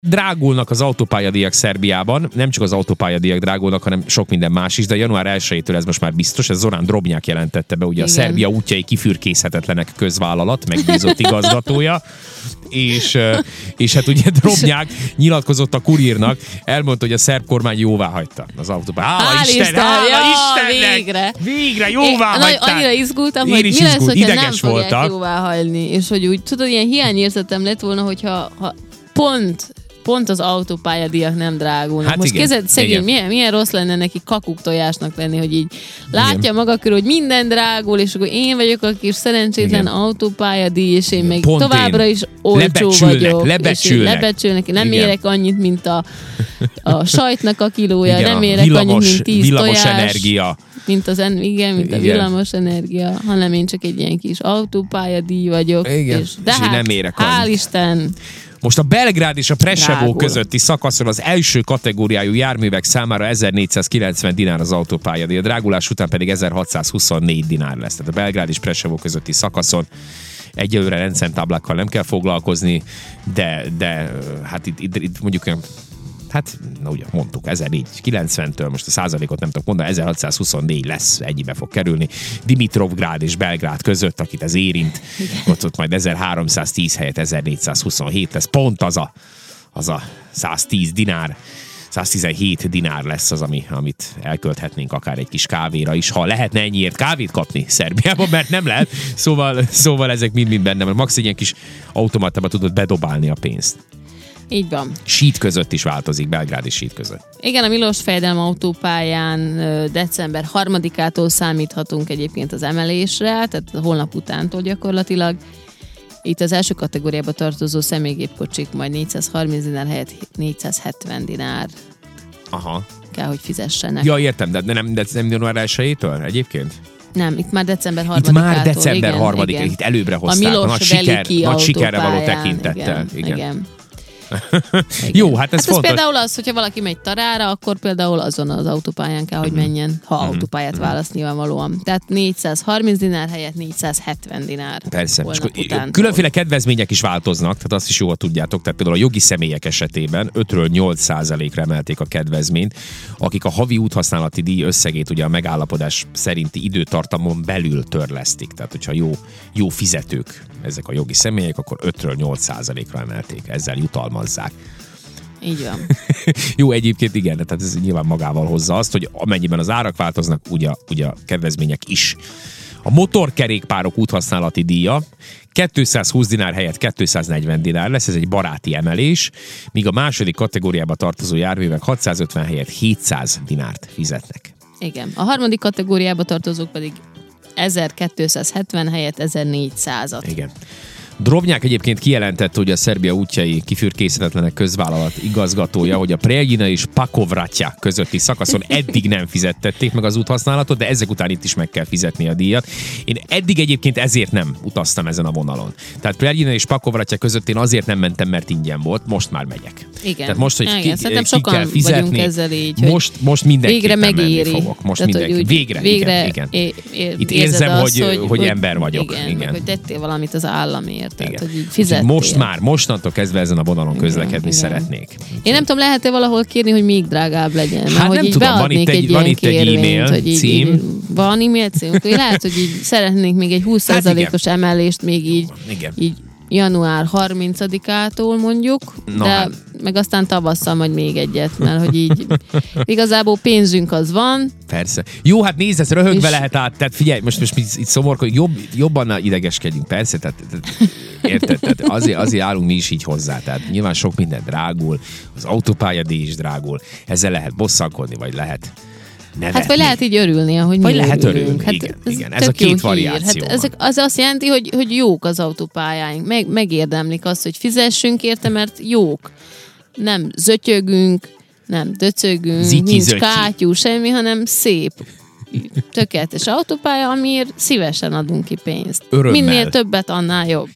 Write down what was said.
Drágulnak az autópályadíjak Szerbiában, nem csak az autópályadíjak drágulnak, hanem sok minden más is, de január 1-től ez most már biztos, ez Zoran Drobnjak jelentette be, ugye a Szerbia útjai kifürkészhetetlenek közvállalat, megbízott igazgatója, és hát ugye Drobnjak nyilatkozott a Kurírnak, elmondta, hogy a szerb kormány jóvá hagyta az autópályát. Hála Istennek! Végre jóvá hagyták! Annyira izgultam, hogy mi lesz, hogyha nem fogják jóvá hagyni, és hogy úgy, tudod, ilyen hiányérzetem lett volna, hogyha pont az autópályadíjak nem drágulnak. Hát most kezdett szegény, milyen rossz lenne neki kakuk tojásnak lenni, hogy így látja maga körül, hogy minden drágul, és akkor én vagyok a kis szerencsétlen autópályadíj, és én meg továbbra is olcsó vagyok. Lebecsülnek. Nem érek annyit, mint a sajtnak a kilója, nem érek annyit, mint 10 tojás. Energia. Mint a villamos energia, hanem én csak egy ilyen kis autópályadíj vagyok. Igen. És hát, nem érek hál' Isten. Most a Belgrád és a Preševo közötti szakaszon az első kategóriájú járművek számára 1490 dinár az autópályadíj, a drágulás után pedig 1624 dinár lesz. Tehát a Belgrád és Preševo közötti szakaszon egyelőre rendszámtáblákkal nem kell foglalkozni, de hát itt mondjuk hát, ugye mondtuk, 1490-től, most a százalékot nem tudok mondani, 1624 lesz, ennyibe fog kerülni. Dimitrovgrád és Belgrád között, akit ez érint, ott majd 1310 helyett 1427 lesz, pont az a 110 dinár, 117 dinár lesz az, amit elkölthetnénk akár egy kis kávéra is, ha lehetne ennyiért kávét kapni Szerbiában, mert nem lehet, szóval ezek mind benne, mert max egy ilyen kis automatába tudod bedobálni a pénzt. Így van. Sít között is változik, Belgrád és Sít között. Igen, a Milos Fejedelem autópályán december 3-ától számíthatunk egyébként az emelésre, tehát holnap utántól gyakorlatilag. Itt az első kategóriába tartozó személygépkocsik majd 430 dinár helyett 470 dinár. Aha. Kell, hogy fizessenek. Ja, értem, de nem január 1-től egyébként? Nem, itt már december 3-ától. Itt már december 3-ától, itt előbbre hozták. A nagy sikerre való tekintettel. Igen. Jó, hát ez fontos. Például az, hogyha valaki megy Tarára, akkor például azon az autópályán kell, hogy menjen, ha autópályát választ nyilvánvalóan. Tehát 430 dinár helyett 470 dinár. Persze. Különféle kedvezmények is változnak, tehát azt is jól tudjátok. Tehát például a jogi személyek esetében 5-ről 8%-ra emelték a kedvezményt, akik a havi úthasználati díj összegét ugye a megállapodás szerinti időtartamon belül törlesztik. Tehát, hogyha jó fizetők ezek a jogi személyek, akkor 5-ről 8%-ra emelték. Ezzel jutalmazzák. Így van. Jó, egyébként igen, tehát ez nyilván magával hozza azt, hogy amennyiben az árak változnak, ugye a kedvezmények is. A motorkerékpárok úthasználati díja 220 dinár helyett 240 dinár lesz, ez egy baráti emelés, míg a második kategóriába tartozó járművek 650 helyett 700 dinárt fizetnek. Igen. A harmadik kategóriába tartozók pedig 1270 helyett 1400-at. Igen. Drobnjak egyébként kijelentette, hogy a Szerbia útjai kifürkészhetetlenek közvállalat igazgatója, hogy a Preljina és Pakovratya közötti szakaszon eddig nem fizettették meg az úthasználatot, de ezek után itt is meg kell fizetni a díjat. Én eddig egyébként ezért nem utaztam ezen a vonalon. Tehát Preljina és Pakovratya között én azért nem mentem, mert ingyen volt, most már megyek. Igen. Tehát most, hogy szerintem ki kell fizetni, ezzel így, most mindenképpen végre megéri. Fogok. Most tehát, mindenki. Végre igen. Itt érzem, hogy ember vagyok. Igen. Hogy tettél valamit az államért. Tehát, hogy így fizettél. Mostantól kezdve ezen a vonalon közlekedni szeretnék. Én nem tudom, lehet-e valahol kérni, hogy még drágább legyen? Hát hogy nem így tudom, van itt egy e-mail cím. Van e-mail cím, hogy lehet, hogy így szeretnénk még egy 20%-os emelést még így január 30-ától mondjuk, de meg aztán tavasszal majd még egyet, mert hogy így igazából pénzünk az van. Persze. Jó, hát nézd, ezt röhögve lehet át, tehát figyelj, most itt szomorkodjunk, jobban idegeskedjünk, persze, tehát érted, tehát azért állunk mi is így hozzá, tehát nyilván sok minden drágul, az autópályadíj is drágul, ezzel lehet bosszankodni, vagy lehet nevetni. Hát vagy lehet így örülni, ahogy vagy mi lehet örülni, hát igen. Ez a két variáció. Hát az azt jelenti, hogy jók az autópályáink, megérdemlik azt, hogy fizessünk érte, mert jók. Nem zötyögünk, nem döcögünk, nincs kátyú, semmi, hanem szép, tökéletes autópálya, amiért szívesen adunk ki pénzt. Örömmel. Minél többet, annál jobb.